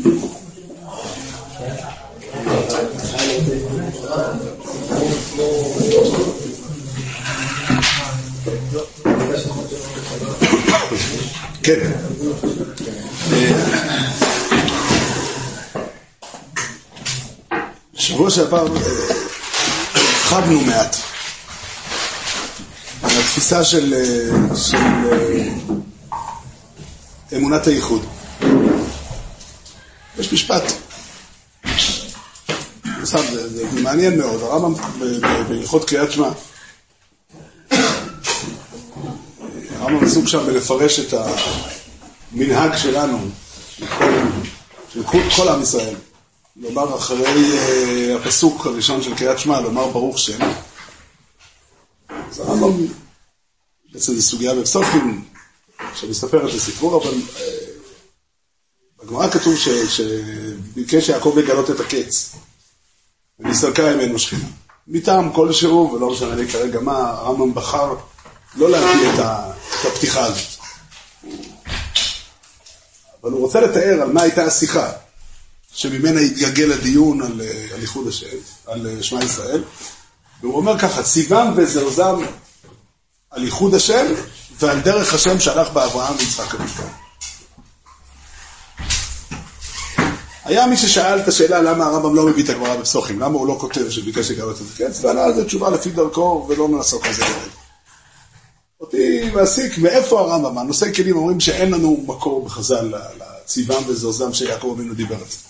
כן. שבוע שעבר חדנו מעט על התפיסה של אמונת הייחוד. יש משפט, זה מעניין מאוד, הרמב"ם בהלכות קריאת שמע, הרמב"ם עסוק שם בלפרש את המנהג שלנו, של כל עם ישראל, לומר אחרי הפסוק הראשון של קריאת שמע, לומר ברוך שם. אז הרמב"ם, בעצם זו סוגיה בפסוקים שמספרת לסיפור, אבל בגמרא כתוב שביקש יעקב לגלות את הקץ, ונסתלקה ממנו שכינה. מטעם כלשהו, ולא משנה לי כרגע מה, הרמב"ם בחר לא להביא את הפתיחה הזאת. אבל הוא רוצה לתאר על מה הייתה השיחה, שממנה התגלגל הדיון על ייחוד השם, על שמע ישראל, והוא אומר ככה, ציוון וזרזם על ייחוד השם, ועל דרך השם שהלך באברהם ויצחק אביו. היה מי ששאל את השאלה למה הרמב"ם לא מביא את הגמרא בפסוחים, למה הוא לא כותב שביקש לגלות את הקץ, וענה על זה תשובה לפי דרכו ולא נעסוק על זה. אותי מעסיק מאיפה הרמב"ם, הנושאי כלים אומרים שאין לנו מקור בחז"ל לציוון וזרזם שיעקב אבינו דיבר על זה.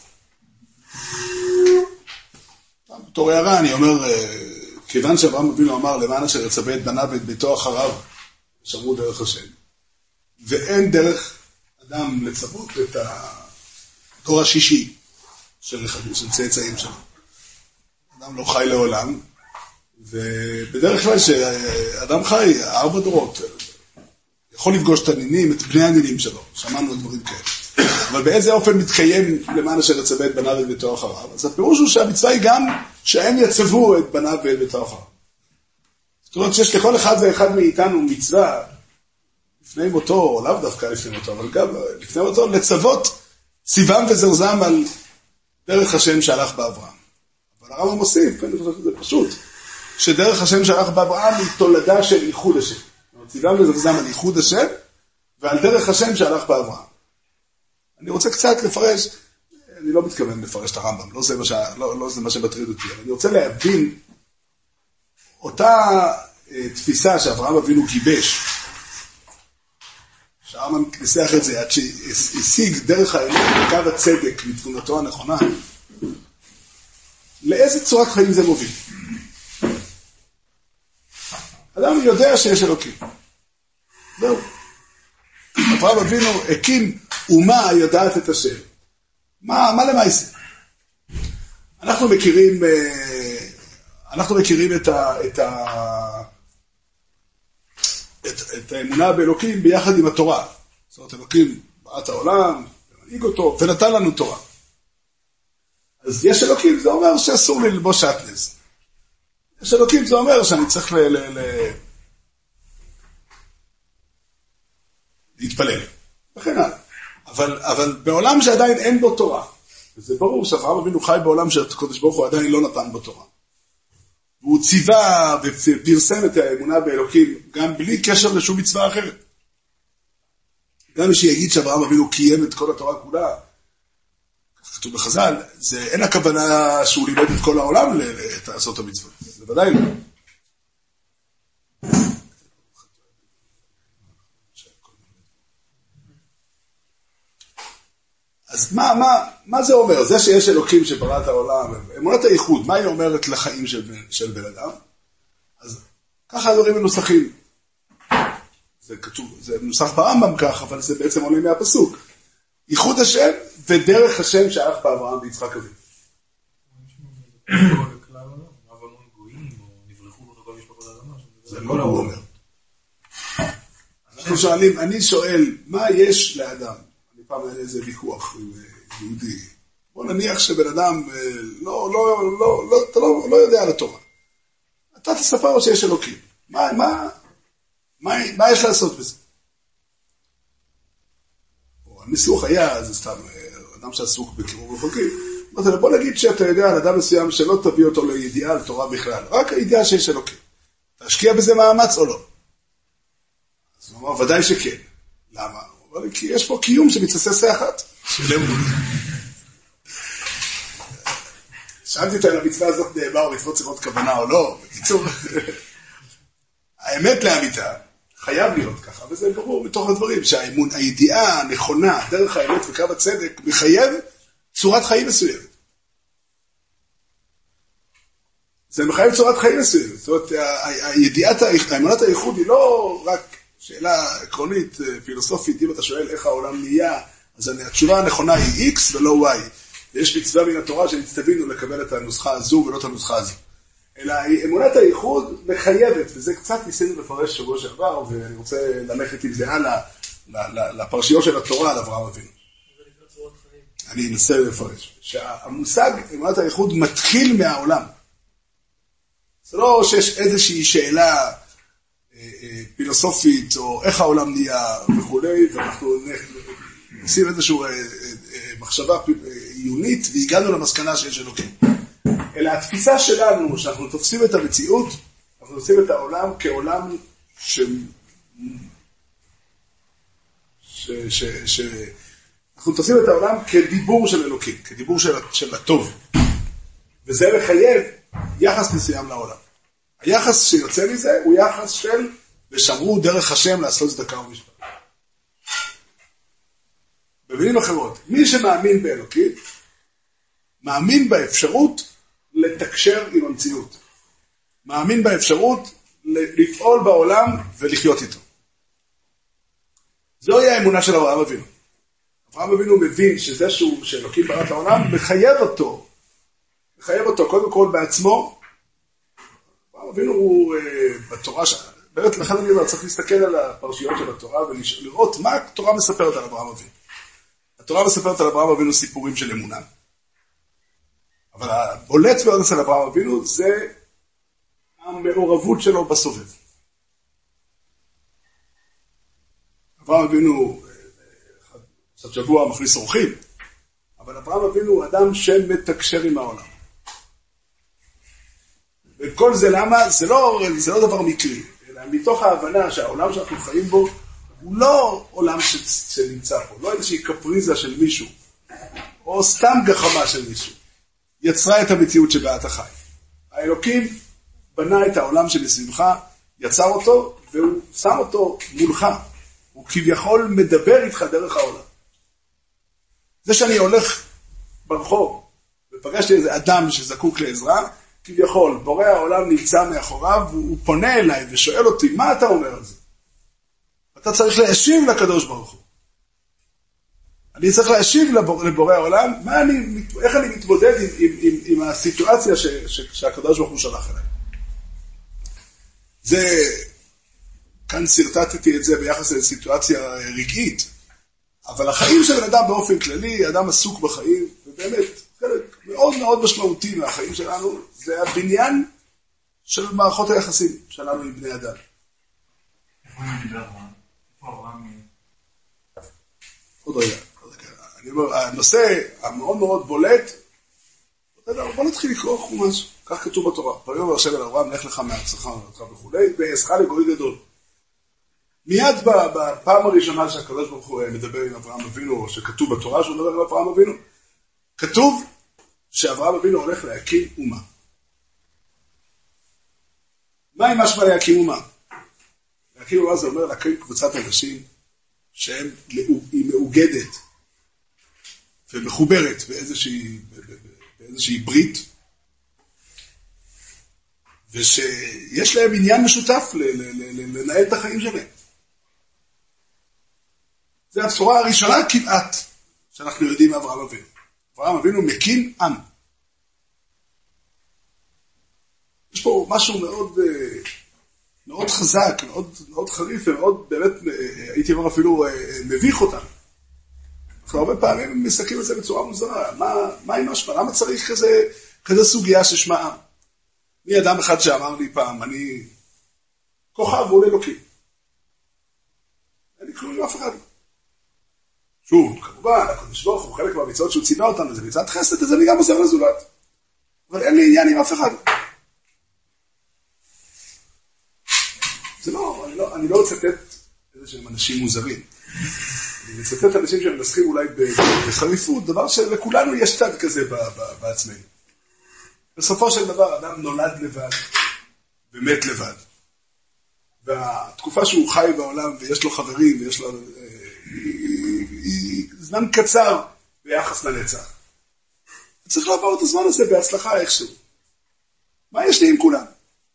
בתור הערה אני אומר, כיוון שאברהם אבינו אמר למען אשר יצווה את בניו ואת ביתו אחריו, שמרו דרך השם, ואין דרך אדם לצוות את התור השישי של צאצאים שלו. אדם לא חי לעולם, ובדרך כלל שאדם חי 4 דורות, יכול לפגוש את הנינים, את בני הנינים שלו, שמענו את דברים כאלה. אבל באיזה אופן מתקיים למען אשר יצווה את בניו ואת ביתו אחריו? אז הפירוש הוא שהמצווה היא גם שהם יצוו את בניו ואת ביתו אחריו. זאת אומרת שיש לכל אחד ואחד מאיתנו מצווה לפני מותו, או לאו דווקא לפני מותו, אבל גם לפני מותו, לצוות ציוון וזרזם על דרך השם שהלך באברהם. אבל הרמב"ם מוסיף, זה פשוט, שדרך השם שהלך באברהם היא תולדה של ייחוד השם. ציוון וזרזם על ייחוד השם, ועל דרך השם שהלך באברהם. אני רוצה קצת לפרש, אני לא מתכוון לפרש את הרמב"ם, לא זה מה שמטריד אותי, אבל אני רוצה להבין אותה תפיסה שאברהם אבינו גיבש, שהרמב"ם ניסח את זה עד שהשיג דרך האלוהים בקו הצדק מתבונתו הנכונה, לאיזה צורת חיים זה מוביל? אדם יודע שיש אלוקים. זהו. אברהם אבינו הקים אומה יודעת את השם. מה למעשה? אנחנו מכירים את האמונה באלוקים ביחד עם התורה. זאת אומרת, אלוקים בראת העולם, ומנהיג אותו, ונתן לנו תורה. אז יש אלוקים, זה אומר שאסור לי ללבוש שעטנז. יש אלוקים, זה אומר שאני צריך להתפלל. וכן הלאה. אבל בעולם שעדיין אין בו תורה, וזה ברור שאברהם אבינו חי בעולם שהקדוש ברוך הוא עדיין לא נתן בו תורה. והוא ציווה ופרסם את האמונה באלוקים גם בלי קשר לשום מצווה אחרת. גם מי שיגיד שאברהם אבינו קיים את כל התורה כולה, כך כתוב בחז"ל, אין הכוונה שהוא לימד את כל העולם לעשות המצוות. זה ודאי לא. אז מה זה אומר? זה שיש אלוקים שברא את העולם, אמונת הייחוד, מה היא אומרת לחיים של בן אדם? אז ככה הדברים מנוסחים. זה כתוב, זה מנוסח ברמב"ם כך, אבל זה בעצם עולה מהפסוק. ייחוד השם ודרך השם שהלך באברהם ויצחק אביו. זה לא הוא אומר. אנחנו שואלים, אני שואל, מה יש לאדם? פעם היה איזה ויכוח עם יהודי. בוא נניח שבן אדם לא יודע על התורה. אתה תספר לו שיש אלוקים. מה יש לעשות בזה? הניסוח היה, זה סתם, אדם שעסוק בקירוב רחוקים. בוא נגיד שאתה יודע על אדם מסוים שלא תביא אותו לידיעה על תורה בכלל, רק הידיעה שיש אלוקים. תשקיע בזה מאמץ או לא? אז הוא אמר, ודאי שכן. למה? הוא אומר, כי יש פה קיום שמתסס אחת. שאלתי אותה על המצווה הזאת נאמר, מצוות צריכות כוונה או לא. בקיצור, האמת לאמיתה, חייב להיות ככה, וזה ברור מתוך הדברים, שהאמון, הידיעה הנכונה, דרך האמת וקו הצדק, מחייב צורת חיים מסוימת. זה מחייב צורת חיים מסוימת. זאת אומרת, האמונת הייחוד היא לא רק שאלה עקרונית, פילוסופית, אם אתה שואל איך העולם נהיה, אז התשובה הנכונה היא X ולא Y. ויש מצווה מן התורה שנצטווינו לקבל את הנוסחה הזו ולא את הנוסחה הזו. אלא אמונת הייחוד מחייבת, וזה קצת ניסינו לפרש שבוע שעבר, ואני רוצה ללכת עם זה הלאה לפרשיות של התורה על אברהם אבינו. אני אנסה לפרש. שהמושג אמונת הייחוד מתחיל מהעולם. זה לא שיש איזושהי שאלה פילוסופית, או איך העולם נהיה וכולי, ואנחנו נשים איזושהי מחשבה עיונית, והגענו למסקנה שיש אלוקים. אלא התפיסה שלנו, שאנחנו תופסים את המציאות, אנחנו תופסים את העולם כעולם אנחנו תופסים את העולם כדיבור של אלוקים, כדיבור של הטוב. וזה מחייב יחס מסוים לעולם. היחס שיוצא מזה הוא יחס של ושמרו דרך השם לעשות צדקה ומשפט. במילים אחרות, מי שמאמין באלוקים, מאמין באפשרות לתקשר עם המציאות. מאמין באפשרות לפעול בעולם ולחיות איתו. זוהי האמונה של אברהם אבינו. אברהם אבינו מבין שזה שאלוקים ברא את העולם, מחייב אותו קודם כל בעצמו. אברהם אבינו הוא בתורה, באמת לכן אני אומר, צריך להסתכל על הפרשיות של התורה ולראות מה התורה מספרת על אברהם אבינו. התורה מספרת על אברהם אבינו סיפורים של אמונה. אבל הבולט מאוד אצל אברהם אבינו זה המעורבות שלו בסובב. אברהם אבינו, קצת שבוע מכניס אורחים, אבל אברהם אבינו הוא אדם שמתקשר עם העולם. וכל זה למה? זה לא דבר מקרי, אלא מתוך ההבנה שהעולם שאנחנו חיים בו הוא לא עולם שנמצא פה, לא איזושהי קפריזה של מישהו, או סתם גחמה של מישהו. יצרה את המציאות שבה אתה חי. האלוקים בנה את העולם שמסביבך, יצר אותו, והוא שם אותו מולך. הוא כביכול מדבר איתך דרך העולם. זה שאני הולך ברחוב, ופגשתי איזה אדם שזקוק לעזרה, כביכול, בורא העולם נמצא מאחוריו, והוא פונה אליי ושואל אותי, מה אתה אומר על זה? אתה צריך להשיב לקדוש ברוך הוא. אני צריך להשיב לבורא העולם, איך אני מתמודד עם הסיטואציה שהקדוש ברוך הוא שלח אליי. כאן סרטטתי את זה ביחס לסיטואציה רגעית, אבל החיים של אדם באופן כללי, אדם עסוק בחיים, ובאמת חלק מאוד מאוד משמעותי מהחיים שלנו, זה הבניין של מערכות היחסים שלנו עם בני אדם. איפה אני מדבר? איפה אברהם? עוד רגע. אני אומר, הנושא המאוד מאוד בולט, בוא נתחיל לקרוא חומש, כך כתוב בתורה. ויאמר השם אל אברהם, לך לך מארצך וממולדתך וכו', ואעשך לגוי גדול. מיד בפעם הראשונה שהקדוש ברוך הוא מדבר עם אברהם אבינו, או שכתוב בתורה שהוא מדבר עם אברהם אבינו, כתוב שאברהם אבינו הולך להקים אומה. מה עם משמע להקים אומה? להקים אומה זה אומר להקים קבוצת אנשים שהיא מאוגדת ומחוברת באיזושהי ברית, ושיש להם עניין משותף לנהל את החיים שלהם. זו הבשורה הראשונה כמעט שאנחנו יודעים מאברהם אבינו. אברהם אבינו מקים עם. יש פה משהו מאוד, מאוד חזק, מאוד, מאוד חריף, ומאוד באמת, הייתי אומר אפילו, מביך אותנו. אנחנו הרבה פעמים מסתכלים על זה בצורה מוזרה. מה עם משמע? למה צריך כזה סוגיה ששמה עם? אני אדם אחד שאמר לי פעם, אני כוכב מול אלוקים. אין לי כלום עם אף אחד. שוב, כמובן, הקדוש ברוך הוא חלק מהמצוות שהוא ציווה אותנו, זה מצוות חסד, אז אני גם עוזר לזולת. אבל אין לי עניין עם אף אחד. זה לא, אני לא מצטט איזה שהם אנשים מוזרים. אני מצטט אנשים שמנסחים אולי בחריפות, דבר שלכולנו יש צד כזה בעצמנו. בסופו של דבר, אדם נולד לבד ומת לבד. והתקופה שהוא חי בעולם ויש לו חברים ויש לו... היא זמן קצר ביחס לנצח. צריך לעבור את הזמן הזה בהצלחה איכשהו. מה יש לי עם כולם?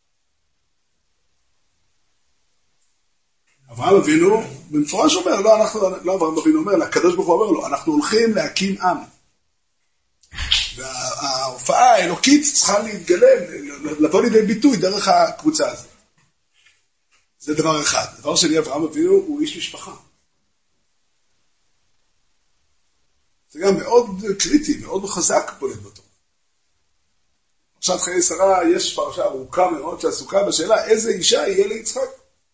אברהם אבינו במפורש אומר, לא אברהם אבינו אומר, הקדוש ברוך הוא אומר לו, אנחנו הולכים להקים עם. וההופעה האלוקית צריכה להתגלם, לבוא לידי ביטוי דרך הקבוצה הזאת. זה דבר אחד. דבר שני, אברהם אבינו הוא איש משפחה. זה גם מאוד קריטי, מאוד חזק בולט בתורה. פרשת חיי שרה, יש פרשה ארוכה מאוד שעסוקה בשאלה איזה אישה יהיה ליצחק.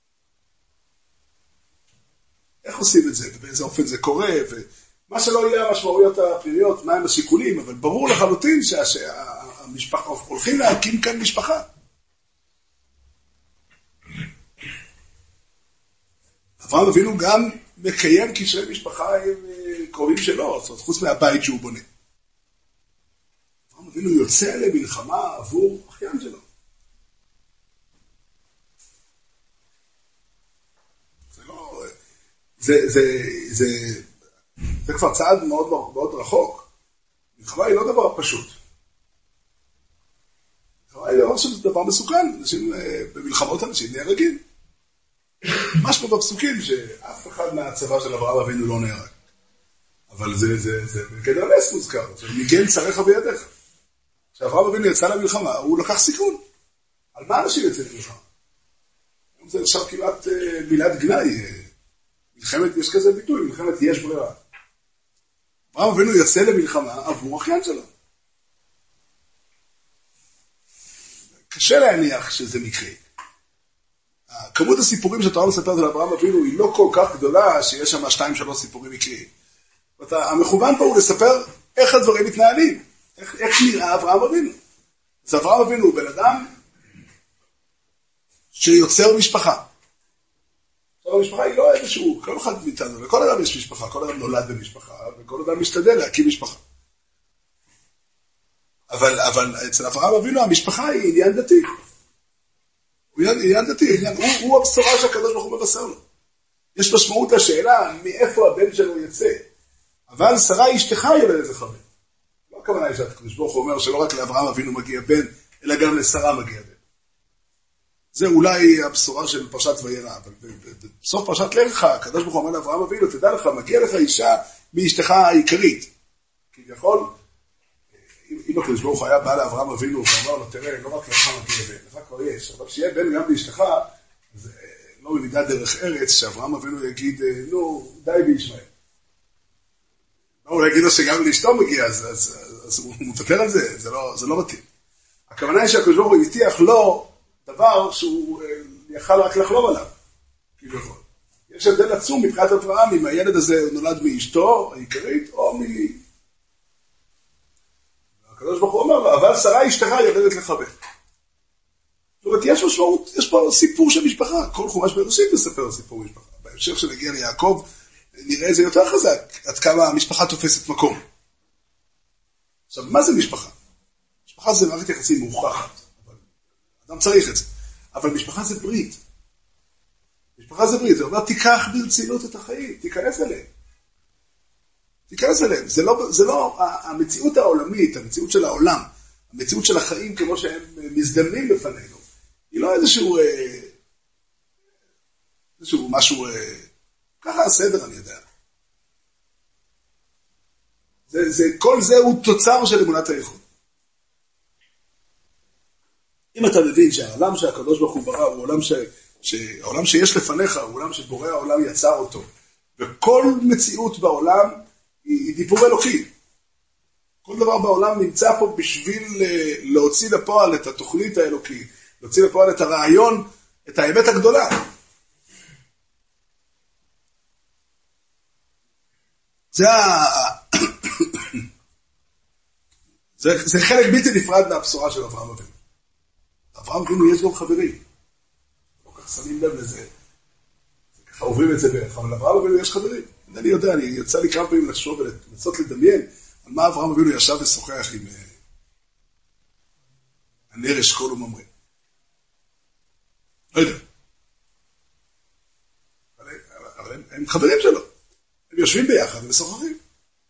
איך עושים את זה, ובאיזה אופן זה קורה, ומה שלא יהיה המשמעויות הפנימיות, מהם השיקולים, אבל ברור לחלוטין שהמשפחה, הולכים להקים כאן משפחה. אברהם אבינו גם מקיים קשרי משפחה עם קרובים שלו, זאת אומרת, חוץ מהבית שהוא בונה. אברהם אבינו יוצא למלחמה עבור אחיין שלו. זה כבר צעד מאוד מאוד רחוק. מלחמה היא לא דבר פשוט. מלחמה היא דבר מסוכן. במלחמות אנשים נהרגים. משהו בפסוקים שאף אחד מהצבא של אברהם אבינו לא נהרג. אבל זה בגדר נס מוזכר. מגן צריך בידיך. כשאברהם אבינו יצא למלחמה, הוא לקח סיכון. על מה אנשים יצא למלחמה? זה עכשיו כמעט מילת גנאי. מלחמת, יש כזה ביטוי, מלחמת יש ברירה. אברהם אבינו יצא למלחמה עבור אחיין שלו. קשה להניח שזה מקרה. כמות הסיפורים שהתורה מספרת על אברהם אבינו היא לא כל כך גדולה שיש שם 2-3 סיפורים מקריים. המכוון פה הוא לספר איך הדברים מתנהלים, איך נראה אברהם אבינו. אז אברהם אבינו הוא בן אדם שיוצר משפחה. המשפחה היא לא איזשהו, כל אחד מאיתנו, לכל אדם יש משפחה, כל אדם נולד במשפחה, וכל אדם משתדל להקים משפחה. אבל אצל אברהם אבינו המשפחה היא עניין דתי. הוא עניין דתי, הוא הבשורה שהקדוש ברוך הוא מבשר לו. יש משמעות לשאלה מאיפה הבן שלו יצא. אבל שרה אשתך יולדת לך בן. לא הכוונה היא שהקדוש ברוך הוא אומר שלא רק לאברהם אבינו מגיע בן, אלא גם לשרה מגיע בן. זה אולי הבשורה של פרשת וירא, אבל בסוף פרשת לך, הקדוש ברוך הוא אומר לאברהם אבינו, תדע לך, מגיע לך אישה מאשתך העיקרית. כביכול, אם הקדוש ברוך הוא היה בא לאברהם אבינו ואמר לו, תראה, לא רק לך מגיע בן, לך כבר יש, אבל שיהיה בן גם באשתך, זה לא במידה דרך ארץ, שאברהם אבינו יגיד, נו, די בישמעאל. הוא יגיד לו שגם לאשתו מגיע, אז הוא מוותר על זה, זה לא מתאים. הכוונה היא שהקדוש ברוך הוא הבטיח לו דבר שהוא יכל רק לחלום עליו. כביכול. יש הבדל עצום מבחינת אברהם, אם הילד הזה נולד מאשתו העיקרית, או הקדוש ברוך הוא אומר לו, אבל שרה אשתך יולדת לך בן. זאת אומרת, יש משמעות, יש פה סיפור של משפחה. כל חומש בראשית מספר סיפור משפחה. בהמשך שנגיע ליעקב, נראה את זה יותר חזק, עד כמה המשפחה תופסת מקום. עכשיו, מה זה משפחה? משפחה זה מערכת יחסים מוכחת. אדם צריך את זה. אבל משפחה זה ברית. משפחה זה ברית. זה אומר, תיקח ברצינות את החיים. תיכנס אליהם. תיכנס אליהם. זה לא המציאות העולמית, המציאות של העולם, המציאות של החיים כמו שהם מזדמנים בפנינו. היא לא איזשהו משהו, ככה הסדר אני יודע. כל זה הוא תוצר של אמונת הייחוד. אם אתה מבין שהעולם שהקדוש ברוך הוא ברא הוא העולם שיש לפניך, הוא עולם שבורא העולם יצר אותו, וכל מציאות בעולם היא דיבור אלוקי. כל דבר בעולם נמצא פה בשביל להוציא לפועל את התוכנית האלוקית, להוציא לפועל את הרעיון, את האמת הגדולה. זה חלק בלתי נפרד מהבשורה של אברהם אבינו. אברהם אבינו יש גם חברים. לא כך שמים לב לזה. ככה עוברים את זה בערך, אבל אברהם אבינו יש חברים. אני יודע, אני יצא לי כמה פעמים לחשוב ולנסות לדמיין על מה אברהם אבינו ישב ושוחח עם הנר אשכול וממרא. לא יודע. אבל הם חברים שלו. הם יושבים ביחד ומשוחחים.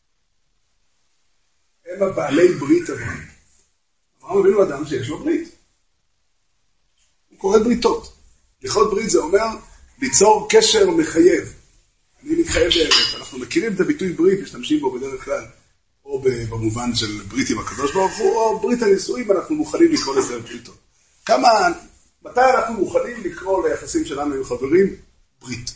הם הבעלי ברית אברהם. אברהם אבינו אדם שיש לו ברית. הוא קורא בריתות. לכרות ברית זה אומר ליצור קשר מחייב. אני מתחייב באמת. אנחנו מכירים את הביטוי ברית, משתמשים בו בדרך כלל, או במובן של ברית עם הקדוש ברוך הוא, או ברית הנישואים, אנחנו מוכנים לקרוא לזה בריתות. מתי אנחנו מוכנים לקרוא ליחסים שלנו עם חברים ברית?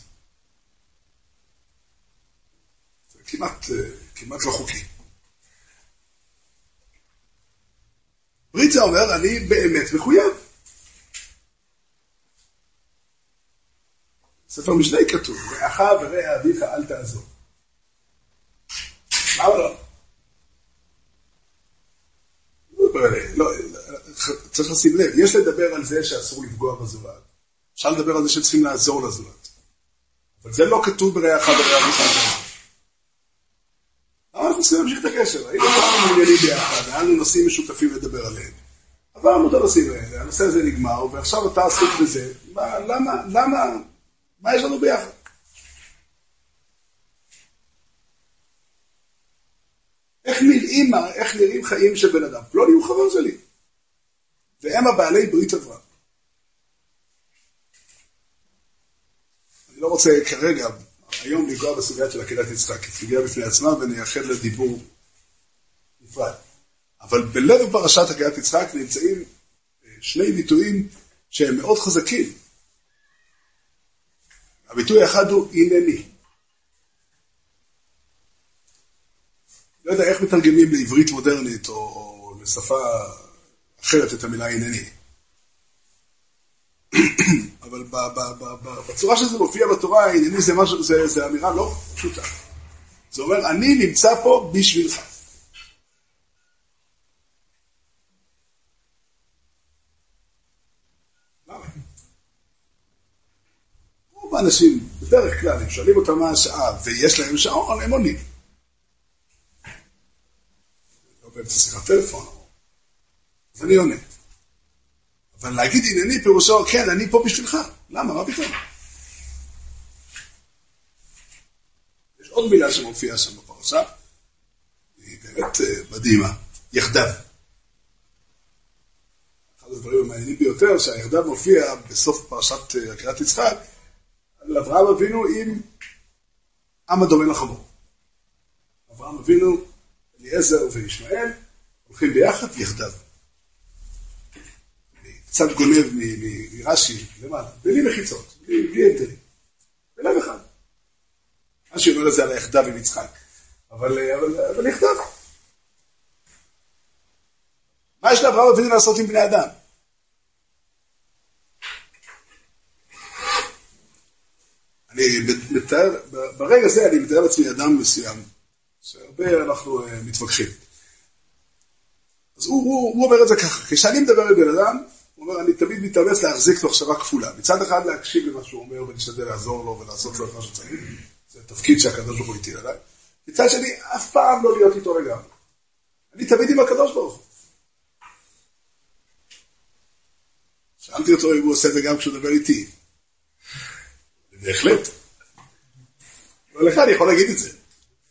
זה כמעט לא חוקי. ברית זה אומר, אני באמת מחויב. ספר משלי כתוב, רעך ורע אביך אל תעזור. מה לא? לא, צריך לשים לב, יש לדבר על זה שאסור לפגוע בזולת. אפשר לדבר על זה שצריכים לעזור לזולת. אבל זה לא כתוב ברעך ורע אביך אל תעזור. אבל אנחנו צריכים להמשיך את הקשר. היינו כולנו מעוניינים ביחד, היה לנו נושאים משותפים לדבר עליהם. עברנו את הנושאים האלה, הנושא הזה נגמר, ועכשיו אתה עסוק בזה. מה יש לנו ביחד? איך נראים חיים של בן אדם? פלוני הוא חבר שלי. והם הבעלי ברית אברהם. אני לא רוצה כרגע, היום לגוע בסוגיה של עקדת יצחק, כי סוגיה בפני עצמה ונייחד לדיבור נפרד. אבל בלב פרשת עקדת יצחק נמצאים שני ביטויים שהם מאוד חזקים. הביטוי האחד הוא הנני. לא יודע איך מתרגמים לעברית מודרנית או לשפה אחרת את המילה הנני. אבל בצורה שזה מופיע בתורה, הנני זה אמירה לא פשוטה. זה אומר, אני נמצא פה בשבילך. רוב האנשים, בדרך כלל, הם שואלים אותם מה השעה, ויש להם שעון, הם עונים. לא באמצע שיחת טלפון, אז אני עונה. אבל להגיד הנני פירושו, כן, אני פה בשבילך. למה? מה פתאום? יש עוד מילה שמופיעה שם בפרשה, היא באמת מדהימה, יחדיו. אחד הדברים המעניינים ביותר, שהיחדיו מופיע בסוף פרשת עקדת יצחק, על אברהם אבינו עם עם הדומה לחמור. אברהם אבינו, אליעזר וישמעאל, הולכים ביחד יחדיו. קצת גונב מרש"י, למעלה, בלי מחיצות, בלי הבדלים. בלב אחד. רש"י אומר לזה על היחדיו עם יצחק. אבל יחדיו. מה יש לאברהם אבינו לעשות עם בני אדם? אני מתאר, ברגע זה אני מתאר לעצמי אדם מסוים, שהרבה אנחנו מתווכחים. אז הוא אומר את זה ככה, כשאני מדבר עם בן אדם, הוא אומר, אני תמיד מתאמץ להחזיק מחשבה כפולה. מצד אחד להקשיב למה שהוא אומר ולהשתדל לעזור לו ולעשות לו את מה שצריך. זה תפקיד שהקדוש ברוך הוא הטיל עליי. מצד שני, אף פעם לא להיות איתו לגמרי. אני תמיד עם הקדוש ברוך הוא. שאלתי אותו אם הוא עושה זה גם כשהוא מדבר איתי. בהחלט. אבל לך אני יכול להגיד את זה.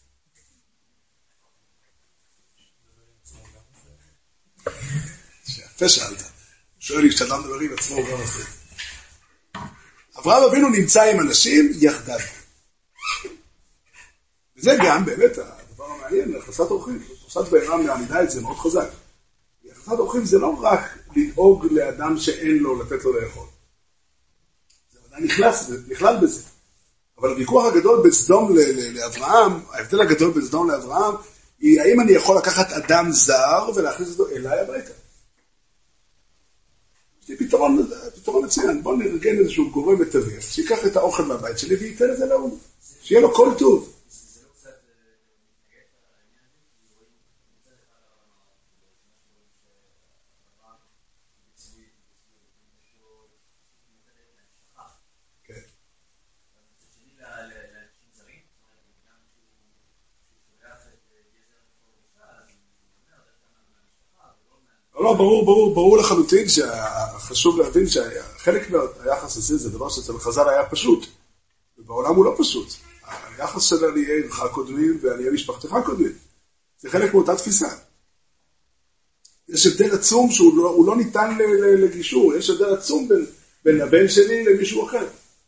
יפה שאלת. שואל לי, כשאדם מדבר עם עצמו, הוא גם עושה. אברהם אבינו נמצא עם אנשים יחדיו. וזה גם באמת הדבר המעניין, יחסת אורחים. יחסת בעירם מעמידה את זה מאוד חזק. יחסת אורחים זה לא רק לדאוג לאדם שאין לו, לתת לו לאכול. זה עדיין נכלל בזה. אבל הוויכוח הגדול בסדום לאברהם, ההבדל הגדול בסדום לאברהם, היא האם אני יכול לקחת אדם זר ולהכניס אותו אליי הביתה. יש לי פתרון מצוין. בוא נרגן איזשהו גורם מתווך, שיקח את האוכל מהבית שלי וייתן את זה להוא. שיהיה לו כל טוב. זה לא קצת לא, ברור לחלוטין שחשוב להבין שחלק מהיחס הזה זה דבר שאצל חז"ל היה פשוט, ובעולם הוא לא פשוט. היחס של עניי עירך קודמים ועניי משפחתך קודמים. זה חלק מאותה תפיסה. יש הבדל עצום שהוא לא ניתן לגישור, יש הבדל עצום בין הבן שלי למישהו אחר.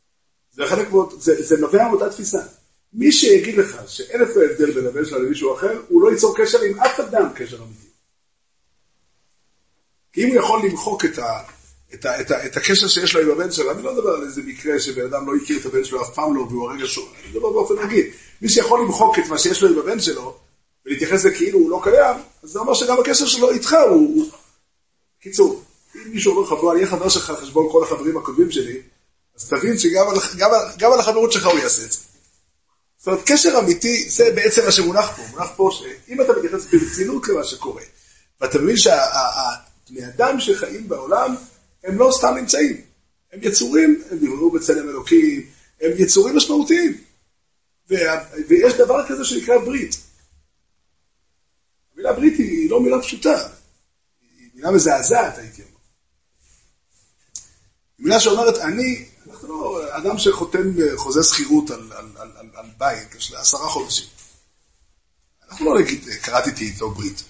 זה נובע מאותה תפיסה. מי שיגיד לך שאין איפה הבדל בין הבן שלה למישהו אחר, הוא לא ייצור קשר עם אף אדם קשר אמיתי. כי אם הוא יכול למחוק את הקשר שיש לו עם הבן שלו, אני לא מדבר על איזה מקרה שבן אדם לא הכיר את הבן שלו אף פעם לא, והוא הרגע שוב, אני מדבר באופן רגיל. מי שיכול למחוק את מה שיש לו עם הבן שלו, ולהתייחס לכאילו הוא לא קיים, אז זה אומר שגם הקשר שלו איתך הוא... קיצור, אם מישהו אומר לך, בוא, אני אהיה חבר שלך חשבון כל החברים הקודמים שלי, אז תבין שגם על החברות שלך הוא יעשה את זה. זאת אומרת, קשר אמיתי, זה בעצם מה שמונח פה. מונח פה שאם אתה מתייחס ברצינות למה שקורה, ואתה מבין שהבני אדם שחיים בעולם, הם לא סתם נמצאים. הם יצורים, הם נבראו בצלם אלוקים, הם יצורים משמעותיים. ויש דבר כזה שנקרא ברית. המילה ברית היא לא מילה פשוטה. היא מילה מזעזעת, הייתי אומר. היא מילה שאומרת, אנחנו לא אדם שחותם חוזה שכירות על בית, יש לה 10 חודשים. אנחנו לא נגיד, קראתי איתו ברית.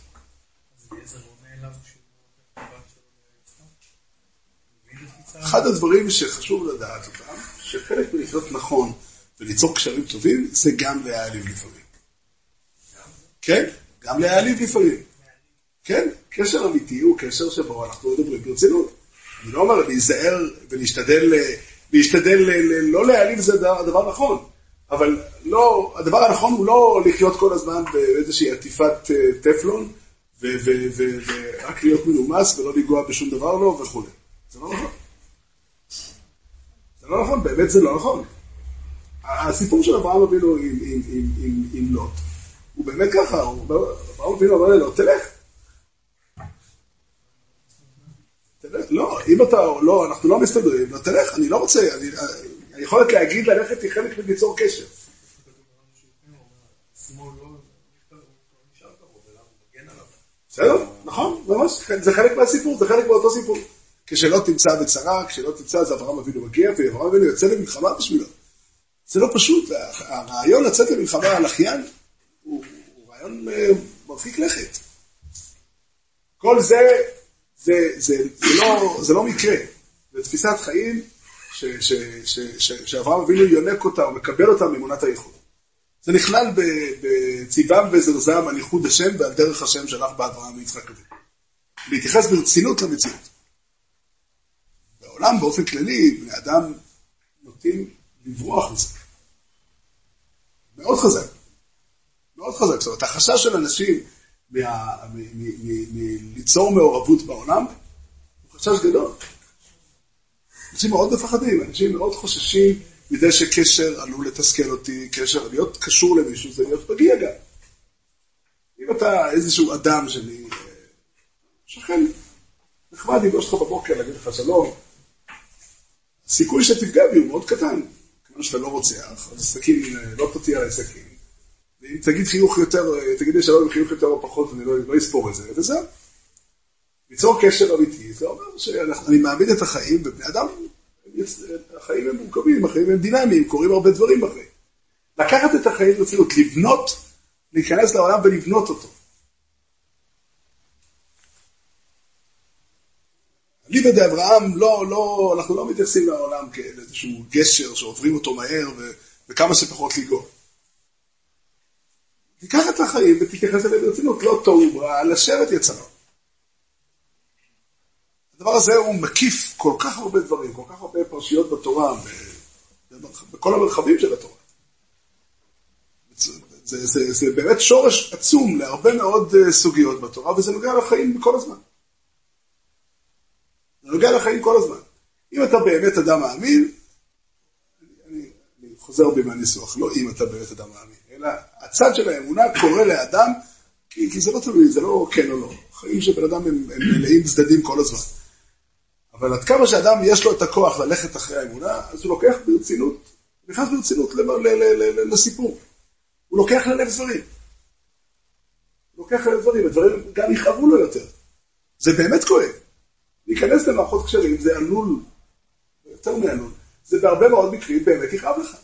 אחד הדברים שחשוב לדעת אותם, שחלק מלחיות נכון וליצור קשרים טובים, זה גם להיעליב לפעמים. כן? גם להיעליב לפעמים. כן? קשר אמיתי הוא קשר שבו אנחנו מדברים ברצינות. אני לא אומר להיזהר ולהשתדל לא להיעליב זה הדבר נכון, אבל לא, הדבר הנכון הוא לא לחיות כל הזמן באיזושהי עטיפת טפלון, ורק להיות מנומס ולא לגוע בשום דבר לא וכו'. זה לא נכון. זה לא נכון, באמת זה לא נכון. הסיפור של אברהם אבינו עם לוט, הוא באמת ככה, אברהם אבינו אמר לו, תלך. לא, אם אתה, לא, אנחנו לא מסתדרים, לא תלך, אני לא רוצה, אני יכולת להגיד ללכת היא חלק מליצור קשר. בסדר? נכון, ממש, זה חלק מהסיפור, זה חלק מאותו סיפור. כשלא תמצא בצרה, כשלא תמצא, אז אברהם אבינו מגיע, ואברהם אבינו יוצא למלחמה בשבילו. זה לא פשוט, הרעיון לצאת למלחמה על אחיין, הוא רעיון מרחיק לכת. כל זה, זה לא מקרה. זה תפיסת חיים שאברהם אבינו יונק אותה, או מקבל אותה מאמונת הייחוד. זה נכלל בציבם וזרזם על ייחוד השם ועל דרך השם שלח באברהם ויצחק אבינו. להתייחס ברצינות למציאות. בעולם באופן כללי, בני אדם נוטים לברוח מזה. מאוד חזק. מאוד חזק. זאת אומרת, החשש של אנשים מליצור מעורבות בעולם, הוא חשש גדול. אנשים מאוד מפחדים, אנשים מאוד חוששים מדי שקשר עלול לתסכל אותי, קשר, להיות קשור למישהו, זה להיות פגיע גם. אם אתה איזשהו אדם שלי, שכן, נחמד יפגוש אותך בבוקר, להגיד לך שלום, הסיכוי שתפגע בי הוא מאוד קטן, כמו שאתה לא רוצח, אז סכין, לא תוטיע עליי סכין, ואם תגיד חיוך יותר, תגיד לי שלום עם חיוך יותר או פחות, אני לא אספור את זה, וזהו. ליצור קשר אמיתי, זה אומר שאני מעמיד את החיים, ובני אדם, החיים הם מורכבים, החיים הם דינמיים, קוראים הרבה דברים בחיים. לקחת את החיים ברצינות, לבנות, להיכנס לעולם ולבנות אותו. ליבא דאברהם, אנחנו לא מתייחסים לעולם כאיזשהו גשר שעוברים אותו מהר וכמה שפחות לגור. תיקח את החיים ותתייחס אליהם ברצינות, לא תוהו ברע, לשבת יצרה. הדבר הזה הוא מקיף כל כך הרבה דברים, כל כך הרבה פרשיות בתורה, בכל המרחבים של התורה. זה באמת שורש עצום להרבה מאוד סוגיות בתורה, וזה נוגע לחיים כל הזמן. זה נוגע לחיים כל הזמן. אם אתה באמת אדם מאמין, אני חוזר בי מהניסוח, לא אם אתה באמת אדם מאמין, אלא הצד של האמונה קורא לאדם, כי זה לא תלוי, זה לא כן או לא. חיים של בן אדם הם מלאים צדדים כל הזמן. אבל עד כמה שאדם יש לו את הכוח ללכת אחרי האמונה, אז הוא לוקח ברצינות, נכנס ברצינות לסיפור. הוא לוקח ללב דברים. הוא לוקח ללב דברים, הדברים גם יכאבו לו יותר. זה באמת כואב. להיכנס למערכות קשרים, זה עלול, יותר מעלול, זה בהרבה מאוד מקרים באמת יכאב לך.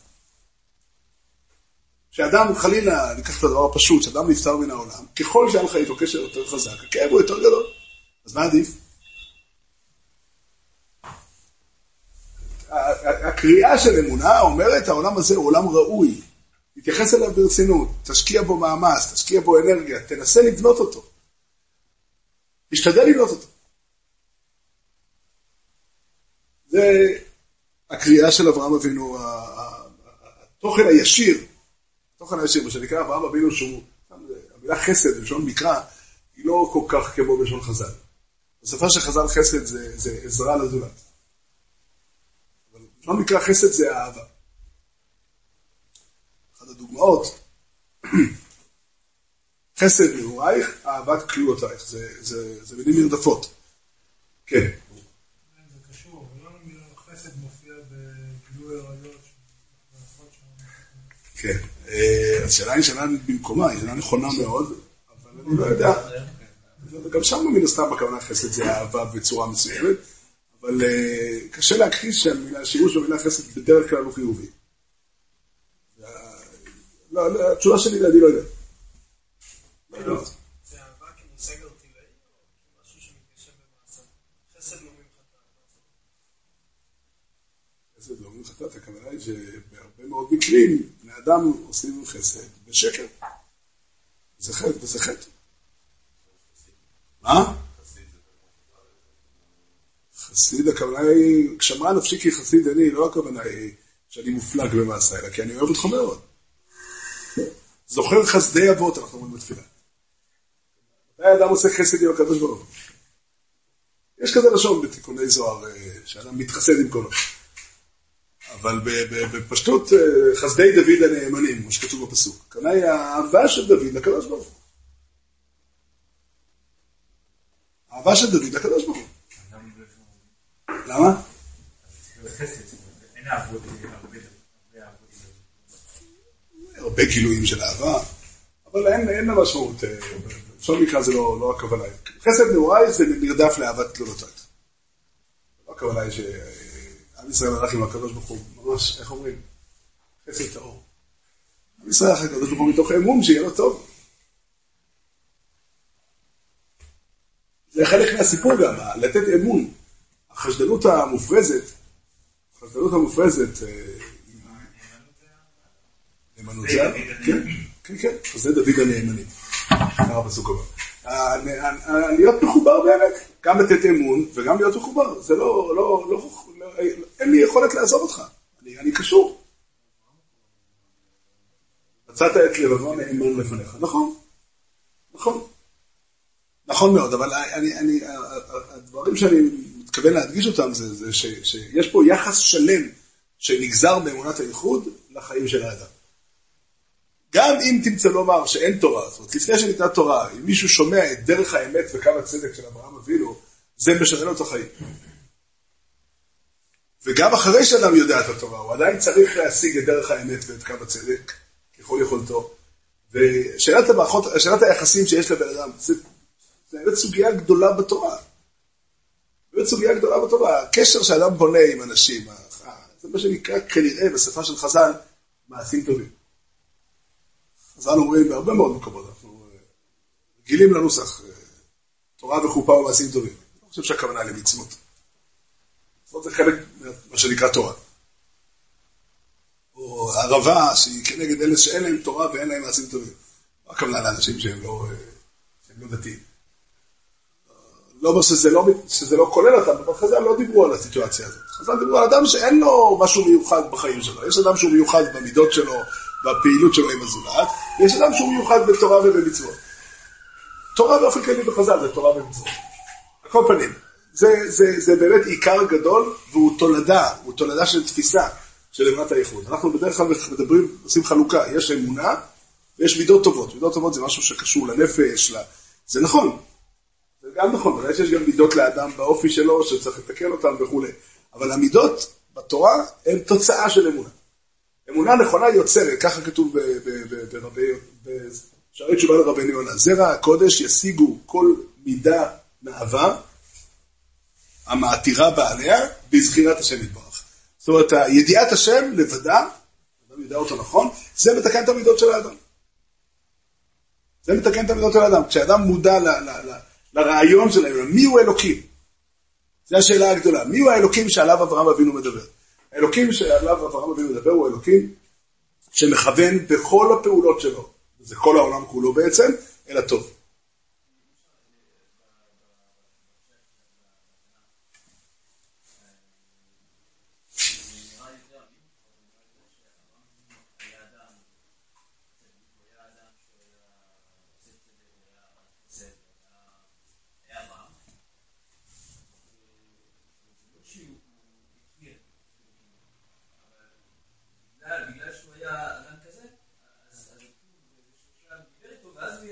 כשאדם חלילה, ניקח את הדבר הפשוט, כשאדם נפטר מן העולם, ככל שהיה לך איתו קשר יותר חזק, הכאב הוא יותר גדול. אז מה עדיף? הקריאה של אמונה אומרת, העולם הזה הוא עולם ראוי. תתייחס אליו ברצינות, תשקיע בו מאמץ, תשקיע בו אנרגיה, תנסה לבנות אותו. תשתדל לבנות אותו. זה הקריאה של אברהם אבינו, התוכן הישיר, מה שנקרא אברהם אבינו, שהוא, המילה חסד, בלשון מקרא, היא לא כל כך כמו בלשון חז"ל. בשפה של חז"ל חסד זה עזרה לזולת. אבל בלשון מקרא חסד זה האהבה. אחת הדוגמאות, חסד נעורייך, אהבת כלולותייך, זה מילים נרדפות. כן. זה קשור, אבל לא מילה חסד מופיע בגילוי עריות. כן, השאלה היא שאלה במקומה, היא שאלה נכונה מאוד, אבל אני לא יודע. וגם שם מן הסתם בכוונה חסד זה אהבה בצורה מסוימת, אבל קשה להכחיש שהשימוש במילה חסד בדרך כלל הוא חיובי. התשובה שלי אני לא יודע. זה אהבה כמושג ארטילאי או משהו שמתיישב במעשה? חסד לא ממחטאת. חסד לא ממחטאת, הכוונה היא שבהרבה מאוד מקרים בני אדם עושים חסד בשקר. זה חטא וזה חטא. מה? חסיד, הכוונה היא, כשאמרה נפשי כי חסיד אני, לא הכוונה היא שאני מופלג במעשה, אלא כי אני אוהב אותך מאוד. זוכר חסדי אבות, אנחנו אומרים בתפילה. מתי האדם עושה חסד עם הקדוש ברוך הוא? יש כזה לשון בתיקוני זוהר, שאדם מתחסד עם קולו. אבל בפשטות, חסדי דוד הנאמנים, כמו שכתוב בפסוק. כנראה היא האהבה של דוד לקדוש ברוך הוא. האהבה של דוד לקדוש ברוך הוא. למה? אין אהבות, הרבה גילויים של אהבה, אבל אין משמעות. בכל מקרה זה לא הכוונה. חסד נעורייך זה נרדף לאהבת כלולותייך. לא הכוונה היא שעם ישראל הלך עם הקדוש ברוך הוא, ממש, איך אומרים? חסד טהור. עם ישראל הלך הקדוש ברוך הוא מתוך אמון שיהיה לו טוב. זה חלק מהסיפור גם, לתת אמון. החשדנות המופרזת, נאמנות זה? כן, זה דוד הנאמנים. נראה בסוג הבא. להיות מחובר באמת, גם לתת אמון וגם להיות מחובר. זה לא, אין לי יכולת לעזוב אותך. אני קשור. מצאת את לבבו נאמן לפניך. נכון מאוד, אבל הדברים שאני מתכוון להדגיש אותם זה שיש פה יחס שלם שנגזר באמונת הייחוד לחיים של האדם. גם אם תמצא לומר שאין תורה, זאת אומרת, לפני שניתנה תורה, אם מישהו שומע את דרך האמת וקו הצדק של אברהם אבינו, זה משנה לו את החיים. וגם אחרי שאדם יודע את התורה, הוא עדיין צריך להשיג את דרך האמת ואת קו הצדק, ככל יכולתו. ושאלת היחסים שיש לבן אדם, זה באמת סוגיה גדולה בתורה. הקשר שאדם בונה עם אנשים, זה מה שנקרא כנראה בשפה של חז"ל, מעשים טובים. חז"ל אומרים בהרבה מאוד מקומות, אנחנו גילים לנוסח, תורה וחופה ומעשים טובים. אני לא חושב שהכוונה למצוות. מצוות זה חלק מה שנקרא תורה. או ערבה שהיא כנגד אלה שאין להם תורה ואין להם מעשים טובים. לא הכוונה לאנשים שהם לא דתיים. לא אומר שזה לא כולל אותם, אבל חז"ל לא דיברו על הסיטואציה הזאת. חז"ל דיברו על אדם שאין לו משהו מיוחד בחיים שלו. יש אדם שהוא מיוחד במידות שלו, בפעילות שלו עם הזולת, ויש אדם שהוא מיוחד בתורה ובמצוות. תורה באופן כללי בחז"ל זה תורה ובמצוות. על כל פנים, זה באמת עיקר גדול, והוא תולדה של תפיסה של אמונת הייחוד. אנחנו בדרך כלל מדברים, עושים חלוקה, יש אמונה ויש מידות טובות. מידות טובות זה משהו שקשור לנפש, זה נכון. זה גם נכון, אבל יש גם מידות לאדם באופי שלו, שצריך לתקן אותם וכו'. אבל המידות בתורה הן תוצאה של אמונה. אמונה נכונה יוצרת, ככה כתוב בשערי תשובה לרבנו יונה. זרע הקודש ישיגו כל מידה מאהבה, המעתירה בעליה, בזכירת השם יתברך. זאת אומרת, ידיעת השם לבדה, אדם ידע אותו נכון, זה מתקן את המידות של האדם. זה מתקן את המידות של האדם. כשאדם מודע לרעיון שלהם, מי הוא אלוקים? זו השאלה הגדולה. מי הוא האלוקים שעליו אברהם אבינו מדבר? האלוקים שעליו אברהם אבינו מדבר הוא אלוקים שמכוון בכל הפעולות שלו, זה כל העולם כולו בעצם, אל הטוב. בגלל שהוא היה אדם כזה, אז הוא דיבר איתו, ואז הוא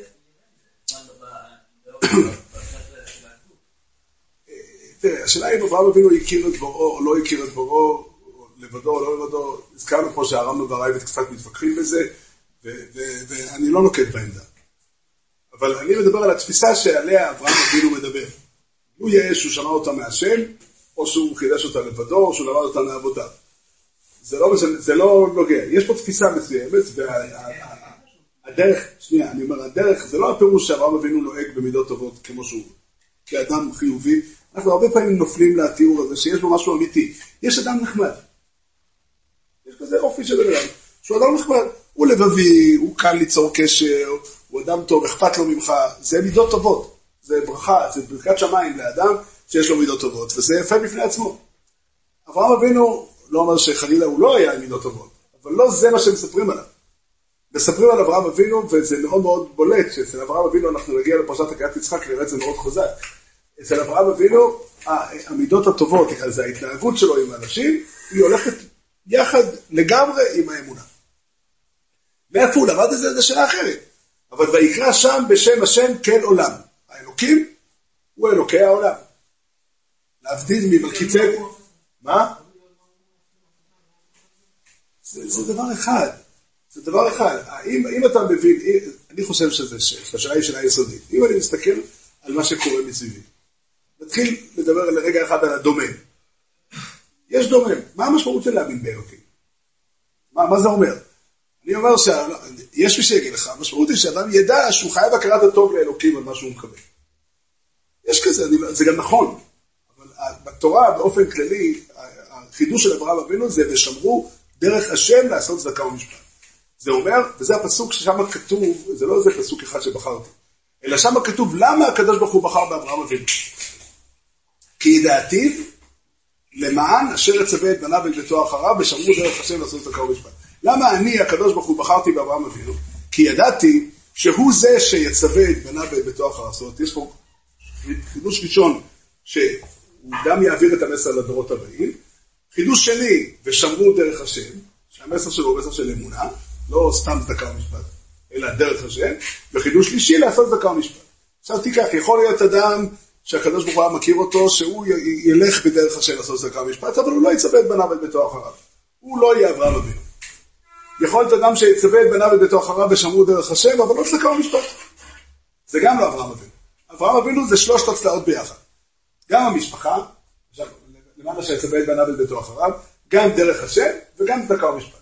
תראה, השאלה אם אברהם אבינו הכיר את בוראו או לא הכיר את בוראו, לבדו או לא לבדו, הזכרנו כמו שהרמב"ם והראב"ד קצת מתווכחים בזה, ואני לא נוקט בעמדה. אבל אני מדבר על התפיסה שעליה אברהם אבינו מדבר. הוא יש, שהוא שמע אותה מהשם, או שהוא חידש אותה לבדו, או שהוא למד אותה מעבודה. זה לא נוגע. יש פה תפיסה מסוימת, והדרך, שנייה, אני אומר, הדרך, זה לא הפירוש שאברהם אבינו נוהג במידות טובות כמו שהוא, כאדם חיובי. אנחנו הרבה פעמים נופלים לתיאור הזה, שיש בו משהו אמיתי. יש אדם נחמד. יש כזה אופי של אדם, שהוא אדם נחמד. הוא לבבי, הוא קל ליצור קשר, הוא אדם טוב, אכפת לו ממך. זה מידות טובות. זה ברכה, זה ברכת שמיים לאדם שיש לו מידות טובות, וזה יפה בפני עצמו. אברהם אבינו לא אומר שחלילה הוא לא היה עם מידות טובות, אבל לא זה מה שמספרים עליו. מספרים על אברהם אבינו, וזה מאוד מאוד בולט, שאצל אברהם אבינו אנחנו נגיע לפרשת הקריאת יצחק, נראה את זה מאוד חוזק. אצל אברהם אבינו, המידות הטובות, אז ההתנהגות שלו עם האנשים, היא הולכת יחד לגמרי עם האמונה. מאיפה הוא למד את זה? זה שאלה אחרת. אבל ויקרא שם בשם השם כל עולם. האלוקים הוא אלוקי העולם. להבדיל ממלכיצדק. מה? זה דבר אחד. זה דבר אחד. אם אתה מבין, אני חושב שזה השאלה היא שאלה יסודית. אם אני מסתכל על מה שקורה מסביבי, נתחיל לדבר לרגע אחד על הדומם. יש דומם. מה המשמעות של להאמין באלוקים? מה זה אומר? אני אומר שיש מי שיגיד לך, המשמעות היא שאדם ידע שהוא חייב הכרת הטוב לאלוקים על מה שהוא מקבל. יש כזה, זה גם נכון. אבל בתורה באופן כללי, החידוש של אברהם אבינו זה ושמרו דרך השם לעשות צדקה ומשפט. זה אומר, וזה הפסוק ששם כתוב, זה לא איזה פסוק אחד שבחרתי, אלא שם כתוב למה הקדוש ברוך הוא בחר באברהם אבינו. כי ידעתיו למען אשר יצווה את בניו ואת ביתו אחריו ושמרו דרך השם לעשות צדקה ומשפט. למה אני הקדוש ברוך הוא בחרתי באברהם אבינו? כי ידעתי שהוא זה שיצווה את בניו ואת ביתו אחריו. זאת אומרת, יש פה חידוש ראשון שהוא גם יעביר את המסר לדורות הבאים. חידוש שני, ושמרו דרך השם, שהמסר שלו הוא מסר של אמונה, לא סתם צדקה ומשפט, אלא דרך השם. וחידוש שלישי, לעשות צדקה ומשפט. עכשיו תיקח, יכול להיות אדם שהקדוש ברוך הוא מכיר אותו, שהוא ילך בדרך השם לעשות צדקה ומשפט, אבל הוא לא יצווה את בניו ואת ביתו אחריו. הוא לא יהיה אברהם אבינו. יכול להיות אדם שיצווה את בניו ואת ביתו אחריו ושמרו דרך השם, אבל לא צדקה ומשפט. זה גם לא אברהם אבינו. אברהם אבינו זה שלושת הצלעות ביחד. גם המשפחה, למען שיצווה את בניו ואת ביתו אחריו, גם דרך השם וגם צדקה ומשפט.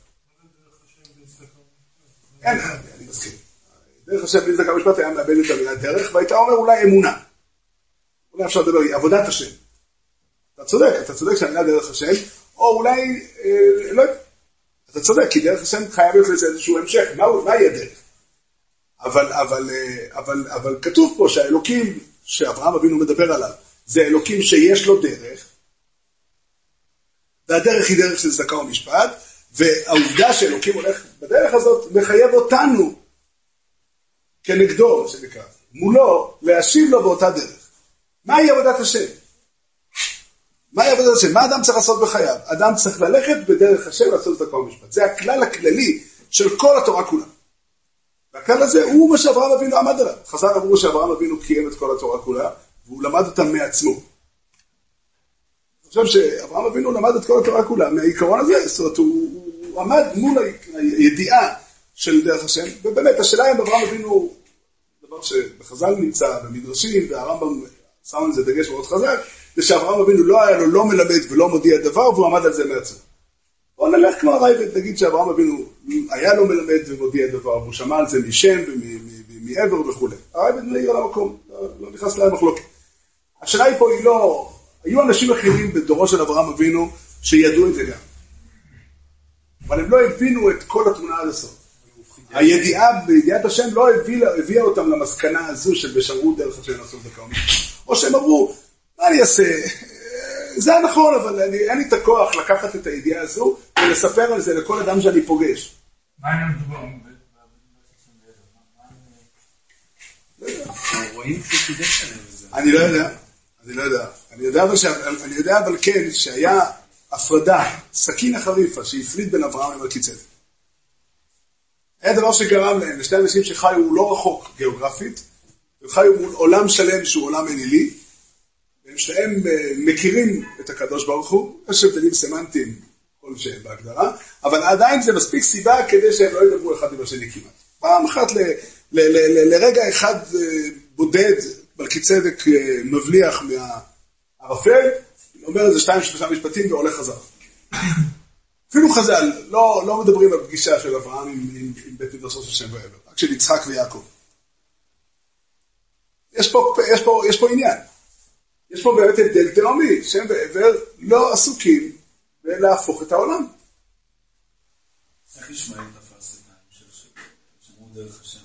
אין, אני מסכים. דרך השם בלי צדקה ומשפט היה מאבד את המילה דרך, והייתה אומר אולי אמונה. אולי אפשר לדבר, עבודת השם. אתה צודק שהמילה דרך השם, או אולי, לא יודע. אתה צודק, כי דרך השם חייב להיות לזה איזשהו המשך. מה יהיה דרך? אבל כתוב פה שהאלוקים שאברהם אבינו מדבר עליו, זה אלוקים שיש לו דרך, והדרך היא דרך של צדקה ומשפט, והעובדה שאלוקים הולך בדרך הזאת מחייב אותנו כנגדו, שנקרא, מולו, להשיב לו באותה דרך. מהי עבודת השם? מהי עבודת השם? מה אדם צריך לעשות בחייו? אדם צריך ללכת בדרך השם לעשות צדקה ומשפט. זה הכלל הכללי של כל התורה כולה. והכלל הזה הוא מה שאברהם אבינו עמד עליו. חז"ל אמרו שאברהם אבינו קיים את כל התורה כולה, והוא למד אותה מעצמו. אני חושב שאברהם אבינו למד את כל התורה כולה מהעיקרון הזה, זאת אומרת, הוא עמד מול הידיעה של דרך השם, ובאמת השאלה אם אברהם אבינו, דבר שבחז"ל נמצא במדרשים, והרמב"ם שם על זה דגש מאוד חזק, זה שאברהם אבינו לא היה לו לא מלמד ולא מודיע דבר, והוא עמד על זה מעצמו. בואו נלך כמו הרייבד, נגיד שאברהם אבינו היה לו מלמד ומודיע דבר, והוא שמע על זה משם ומעבר וכו'. הרייבד נעיר על המקום, לא נכנס להם מחלוקת. השאלה היא פה היא לא, היו אנשים אחרים בדורו של אברהם אבינו שידעו את זה גם. אבל הם לא הבינו את כל התמונה עד הסוף. הידיעה בידיעת השם לא הביאה אותם למסקנה הזו של בשמרו דרך השם לעשות דקה. או שהם אמרו, מה אני אעשה? זה הנכון, אבל אין לי את הכוח לקחת את הידיעה הזו ולספר על זה לכל אדם שאני פוגש. מה הם מדובר? רואים שקידש עליהם את זה. אני לא יודע. אני יודע אבל כן שהיה הפרדה, סכין החריפה שהפריד בין אברהם למלכיצדק. היה דבר שגרם להם, לשני אנשים שחיו לא רחוק גיאוגרפית, וחיו מול עולם שלם שהוא עולם אלילי, והם שניהם מכירים את הקדוש ברוך הוא, יש הבדלים סמנטיים כלשהם בהגדרה, אבל עדיין זה מספיק סיבה כדי שהם לא ידברו אחד עם השני כמעט. פעם אחת לרגע אחד בודד, מלכיצדק מבליח מהערפל, אומר איזה 2-3 משפטים והולך חזר. אפילו חז"ל, לא מדברים על פגישה של אברהם עם בית מדרשו של שם ועבר, רק של יצחק ויעקב. יש פה עניין. יש פה באמת הבדל תהומי, שם ועבר לא עסוקים להפוך את העולם. איך ישמעאל תפס את העם שמרו דרך השם?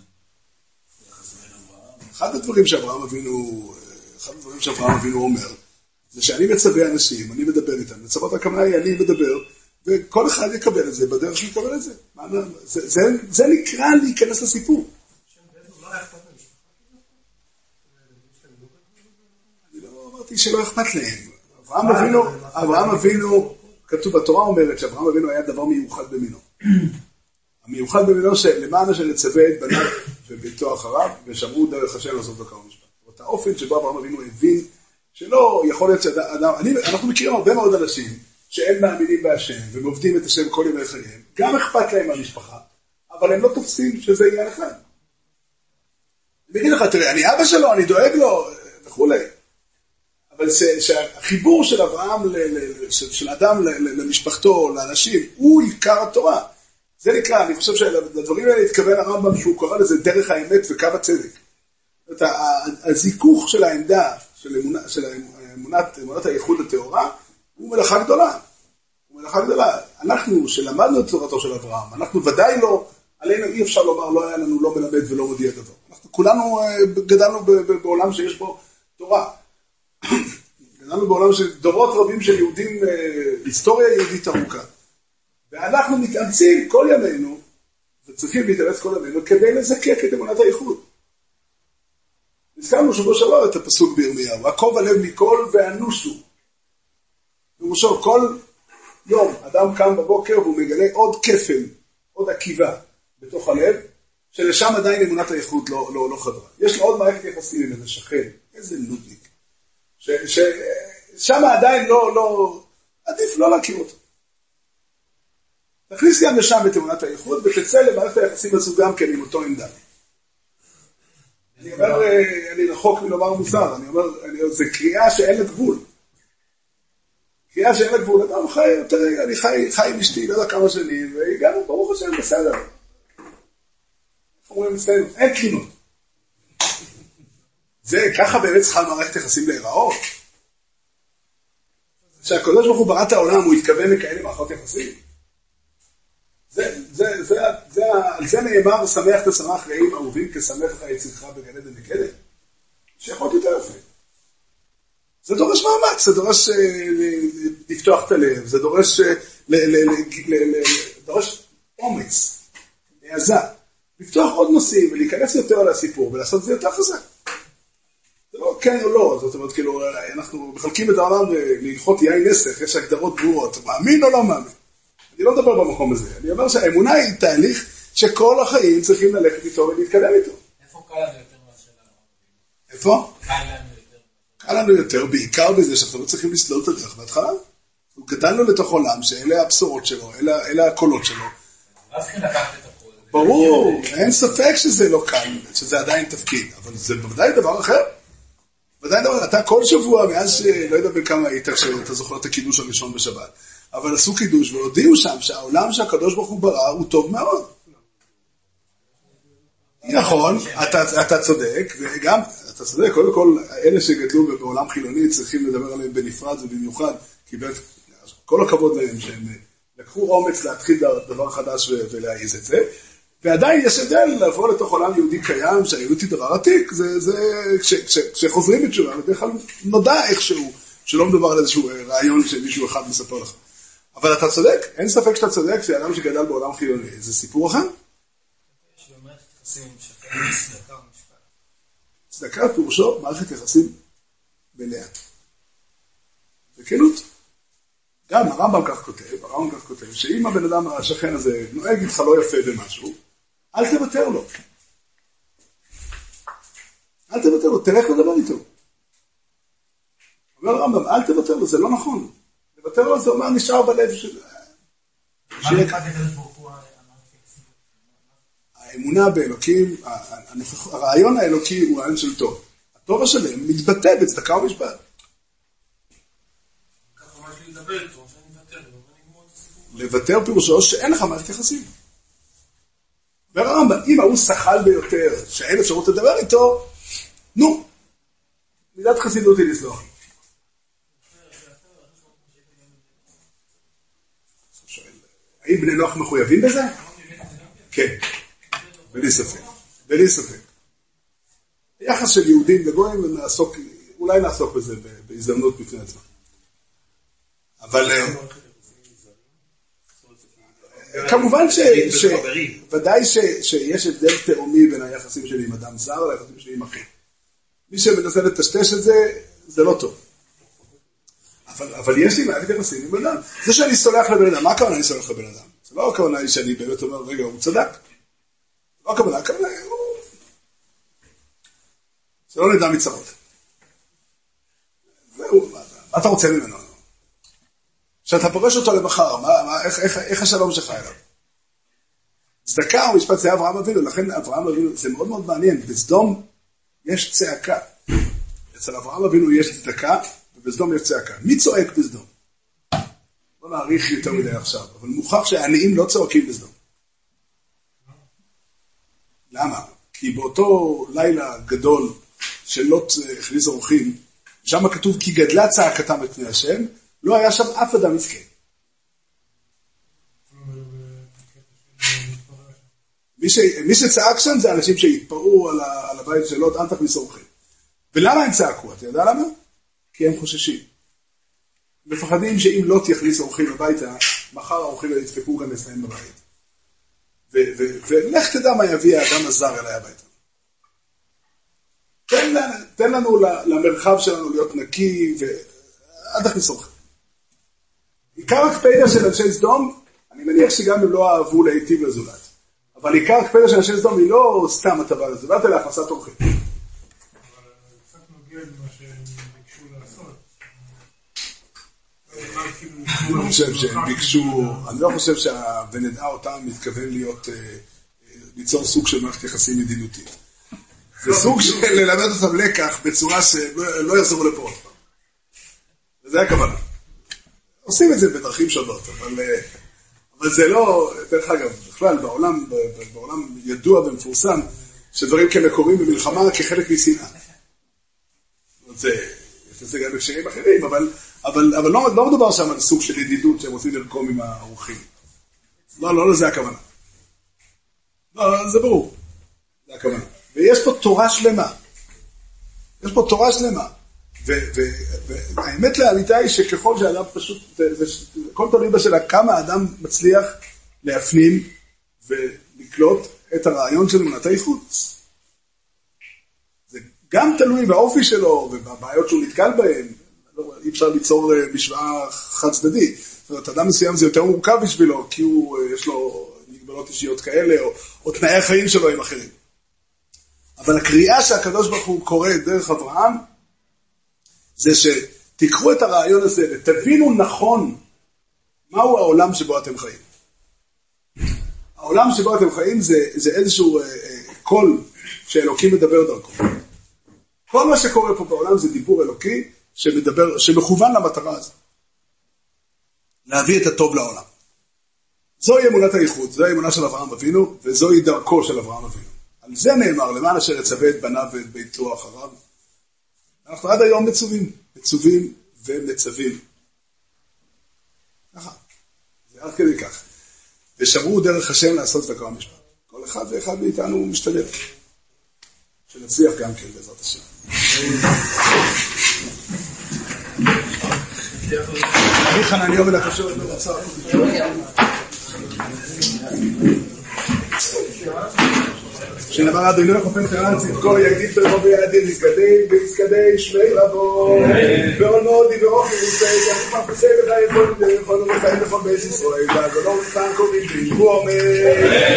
אחד הדברים שאברהם אבינו אומר, זה שאני מצווה אנשים, אני מדבר איתם, מצוות הכוונה היא אני מדבר, וכל אחד יקבל את זה בדרך שהוא יקבל את זה. זה נקרא להיכנס לסיפור. אני לא אמרתי שלא אכפת להם. אברהם אבינו, כתוב בתורה אומרת שאברהם אבינו היה דבר מיוחד במינו. המיוחד במינו שלמען אשר יצווה את בניו וביתו אחריו, ושמרו דרך השם לעשות דקה ומשפט. את האופן שבו אברהם אבינו הבין שלא יכול להיות שאדם, אנחנו מכירים הרבה מאוד אנשים שהם מאמינים בהשם ועובדים את השם כל ימי חייהם, גם אכפת להם מהמשפחה, אבל הם לא תופסים שזה עניין אחד. אני אגיד לך, תראה, אני אבא שלו, אני דואג לו וכו'. אבל שהחיבור של אברהם, של אדם למשפחתו, לאנשים, הוא עיקר התורה. זה נקרא, אני חושב שלדברים האלה התכוון הרמב"ם שהוא קורא לזה דרך האמת וקו הצדק. הזיכוך של העמדה, של אמונת הייחוד הטהורה, הוא מלאכה גדולה. אנחנו שלמדנו את תורתו של אברהם, אנחנו ודאי לא, עלינו אי אפשר לומר, לא היה לנו לא מלמד ולא מודיע דבר. אנחנו כולנו גדלנו בעולם שיש בו תורה. גדלנו בעולם של דורות רבים של יהודים, היסטוריה יהודית ארוכה. ואנחנו מתאמצים כל ימינו, וצריכים להתאמץ כל ימינו, כדי לזקק את אמונת הייחוד. הזכרנו שבוע שעבר את הפסוק בירמיהו, עקוב הלב מכל ואנוסו. פירושו, כל יום אדם קם בבוקר והוא מגלה עוד כפל, עוד עקיבה בתוך הלב, שלשם עדיין אמונת הייחוד לא חדרה. יש לו עוד מערכת יחסים עם איזה שכן, איזה נודניק, ששם עדיין עדיף לא להכיר אותו. תכניס גם לשם את אמונת הייחוד, ותצא למערכת היחסים הזו גם כן עם אותו עמדה. אני רחוק מלומר מוסר, אני אומר, זה קריאה שאין לה גבול. קריאה שאין לה גבול, אדם חי, אני חי עם אשתי, לא יודע כמה שנים, והגענו, ברוך השם, בסדר. אומרים אצלנו, אין תלונות. זה ככה באמת צריכה מערכת יחסים להיראות. שהקדוש ברוך הוא ברא את העולם, הוא התכוון לכאלה מערכות יחסים. על זה נאמר, שמח תשמח רעים אהובים, כשמח לך יצרך בגן עדן מקדם. שיכול יותר יפה. זה דורש מאמץ, זה דורש לפתוח את הלב, זה דורש אומץ, העזה, לפתוח עוד נושאים ולהיכנס יותר על הסיפור ולעשות את זה יותר חזק. זה לא כן או לא, זאת אומרת, כאילו, אנחנו מחלקים את העולם להלכות יין נסך, יש הגדרות ברורות, מאמין או לא מאמין. אני לא מדבר במקום הזה, אני אומר שהאמונה היא תהליך שכל החיים צריכים ללכת איתו ולהתקדם איתו. איפה קל לנו יותר מהשאלה? איפה? קל לנו יותר. קל לנו יותר, בעיקר בזה שאנחנו לא צריכים לסלול את הדרך בהתחלה. הוא גדלנו לתוך עולם שאלה הבשורות שלו, אלה הקולות שלו. לא צריכים לקחת את הקול. ברור, אין ספק שזה לא קל, שזה עדיין תפקיד, אבל זה בוודאי דבר אחר. ודאי דבר, אתה כל שבוע, מאז שלא יודע בכמה היית, כשאתה זוכר את הקידוש הראשון בשבת, אבל עשו קידוש והודיעו שם שהעולם שהקדוש ברוך הוא ברא הוא טוב מאוד. נכון, אתה צודק, וגם, אתה צודק, קודם כל, אלה שגדלו בעולם חילוני צריכים לדבר עליהם בנפרד ובמיוחד, כי כל הכבוד להם שהם לקחו אומץ להתחיל דבר חדש ולהעיז את זה, ועדיין יש הבדל לבוא לתוך עולם יהודי קיים, שהיהודי היא דבר עתיק, כשחוזרים בתשובה, בדרך כלל נודע איכשהו, שלא מדובר על איזשהו רעיון שמישהו אחד מספר לך. אבל אתה צודק, אין ספק שאתה צודק, שאדם שגדל בעולם חילוני, זה סיפור אחר. יש במערכת יחסים שחייבים צדקה ומשפט. צדקה פירושו מערכת יחסים מלאה. וכנות. גם הרמב"ם כך כותב, שאם הבן אדם השכן הזה נוהג איתך לא יפה במשהו, אל תוותר לו. אל תוותר לו, תלך לדבר איתו. אומר הרמב"ם, אל תוותר לו, זה לא נכון. לוותר לו זה אומר נשאר בלב של... האמונה באלוקים, הרעיון האלוקי הוא רעיון של טוב. הטוב השלם מתבטא בצדקה ומשפט. ככה מה שלי לדבר איתו, שאני מוותר לו, ואני אגמור את הסיפור. לוותר פירושו שאין לך מערכת יחסים. והרמב"ם, אם הוא שחל ביותר, שאין אפשרות לדבר איתו, נו, מידת חסידות היא לסלוח. האם בני נוח מחויבים בזה? כן, בלי ספק, בלי ספק. היחס של יהודים לגויים, אולי נעסוק בזה בהזדמנות בפני עצמה. אבל כמובן ודאי שיש הבדל תאומי בין היחסים שלי עם אדם זר ליחסים שלי עם אחי. מי שמנסה לטשטש את זה, זה לא טוב. אבל יש לי מערכת יחסים עם בן אדם. זה שאני סולח לבן אדם, מה הכוונה אני סולח לבן אדם? זה לא הכוונה שאני באמת אומר, רגע, הוא צדק. לא הכוונה, הוא... זה לא נדע מצרות. זהו, מה אתה רוצה ממנו? שאתה פורש אותו למחר, איך השלום שלך אליו? צדקה ומשפט זה אברהם אבינו, לכן אברהם אבינו, זה מאוד מאוד מעניין, בסדום יש צעקה. אצל אברהם אבינו יש צדקה, ובסדום יש צעקה. מי צועק בסדום? לא נעריך יותר מדי עכשיו, אבל מוכח שהעניים לא צועקים בסדום. למה? כי באותו לילה גדול שלוט הכניס אורחים, שם כתוב כי גדלה צעקתם את פני השם, לא היה שם אף אדם מסכן. מי שצעק שם זה אנשים שהתפרעו על הבית של לוט, אל תכניס אורחים. ולמה הם צעקו? אתה יודע למה? כי הם חוששים. מפחדים שאם לוט יכניס אורחים הביתה, מחר האורחים ידפקו גם אצלם בבית. ולך תדע מה יביא האדם הזר אליי הביתה. תן לנו למרחב שלנו להיות נקי, ואל תכניס אורחים. עיקר הקפדה של אנשי סדום, אני מניח שגם הם לא אהבו להיטיב לזולת. אבל עיקר הקפדה של אנשי סדום היא לא סתם הטבה לזולת, אלא הכנסת אורחים. אבל קצת נוגע למה שהם ביקשו לעשות. אני לא חושב שהבנדעה אותם מתכוון ליצור סוג של מערכת יחסים ידידותית. זה סוג של ללמד אותם לקח בצורה שלא יחזרו לפה עוד פעם. וזה הכוונה. עושים את זה בדרכים שונות, אבל זה לא, דרך אגב, בכלל בעולם ידוע ומפורסם שדברים כאלה קורים במלחמה כחלק משנאה. יש לזה גם בקשרים אחרים, אבל לא מדובר שם על סוג של ידידות שהם רוצים לרקום עם האורחים. לא, זה הכוונה. לא, זה ברור. זה הכוונה. ויש פה תורה שלמה. והאמת לאמיתה היא שככל שאדם פשוט, כל תלוי בשאלה כמה אדם מצליח להפנים ולקלוט את הרעיון של אמונת האיחוד. זה גם תלוי באופי שלו ובבעיות שהוא נתקל בהן. אי אפשר ליצור משוואה חד צדדית. זאת אומרת, אדם מסוים זה יותר מורכב בשבילו, כי יש לו מגבלות אישיות כאלה, או תנאי החיים שלו עם אחרים. אבל הקריאה שהקדוש ברוך הוא קורא דרך אברהם, זה שתיקחו את הרעיון הזה ותבינו נכון מהו העולם שבו אתם חיים. העולם שבו אתם חיים זה איזשהו קול שאלוקים מדבר דרכו. כל מה שקורה פה בעולם זה דיבור אלוקי שמכוון למטרה הזאת. להביא את הטוב לעולם. זוהי אמונת הייחוד, זוהי אמונה של אברהם אבינו, וזוהי דרכו של אברהם אבינו. על זה נאמר, למען אשר יצווה את בניו ואת ביתו אחריו. אנחנו עד היום מצווים ומצווים. ככה. זה עד כדי כך. ושמרו דרך השם לעשות וקרא המשפט. כל אחד ואחד מאיתנו משתדל. שנצליח גם כן בעזרת השם. אני חנניה ולקשור את הרצאה. שנאמר אדוני חופן חנן צדקו יגדיל תורו בידי ויסגדי שמי רבו ועולמודי ואופי וישראל יחליף מפסי וחיים וחיים בכל בית ישראל והגולו ופן קוראים והוא אומר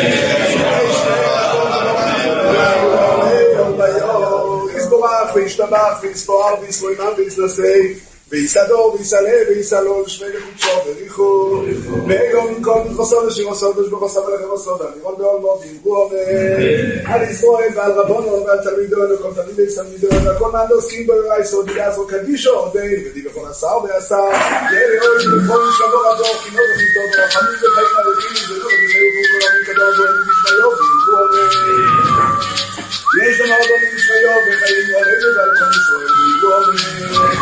יסבורך וישתבח ויספואר ויספואימם ויסנסי ויסדור ויסלה ויסלול שמי לחודשו וריחו ואילום כל מבחסו ושירוסו ושבחסו ולחמוסו ואמירון בעולמו ואימרו אומר על ישראל ועל רבונו ועל תלמידו וכל תלמידי סלמידו והכל מעד עוסקים בו ירייסו דיגזו קדישו עודין ודי בכל עשר ועשר יאלי אוי ובכל משלבו רבו כינות וחיתו ורחמים וחיים הלכים ולא ובני ובו כל עמים כדור ואין בשמיו ואימרו אומר יש לנו אדוני בשמיו וחיים ועלינו ועל כל ישראל ואימרו אומר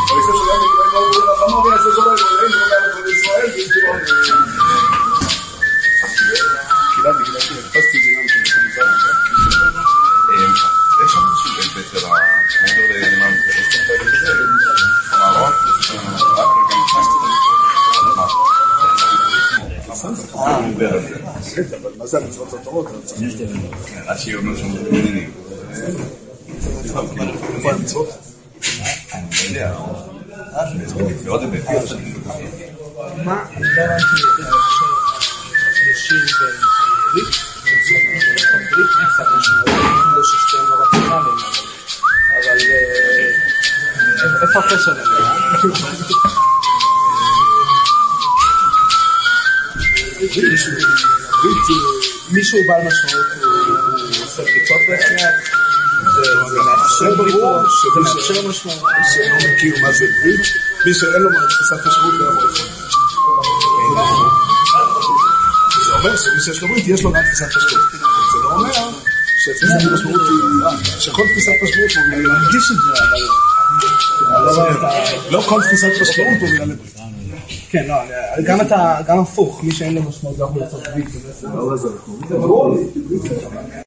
רחמו ויעשה כל הגולעים ועל כל ישראל ואימרו אומר גילדתי, חפשתי את זה גם כמובן יש שם איזשהו בטר מעבר למען יש לך את זה המערות רק וגם אבל מה זה המצוות התורות? עד שיהיו אומר שם מבינים איפה המצוות? אני לא יודע ועוד הבאתי מה? אני לא ראיתי ישיר בברית בברית נפת משמעות לא ששתיהם לא רציונליים אבל איפה הקשר מישהו בעל משמעות הוא עושה בריתות בהחלט זה מאפשר בריתות זה מאפשר משמעות שלא מכיר מה זה ברית מי שאין לו תפיסת משמעות לא יכול לפעול זה אומר שמי שיש לו ברית יש לו גם תפיסת משמעות זה לא אומר שתפיסת משמעות היא שכל תפיסת משמעות הוא מרגיש את זה אבל לא כל תפיסת משמעות הוא מילה לברית כן, לא, גם הפוך, מי שאין לו משמעות לא יכול לעשות ברית.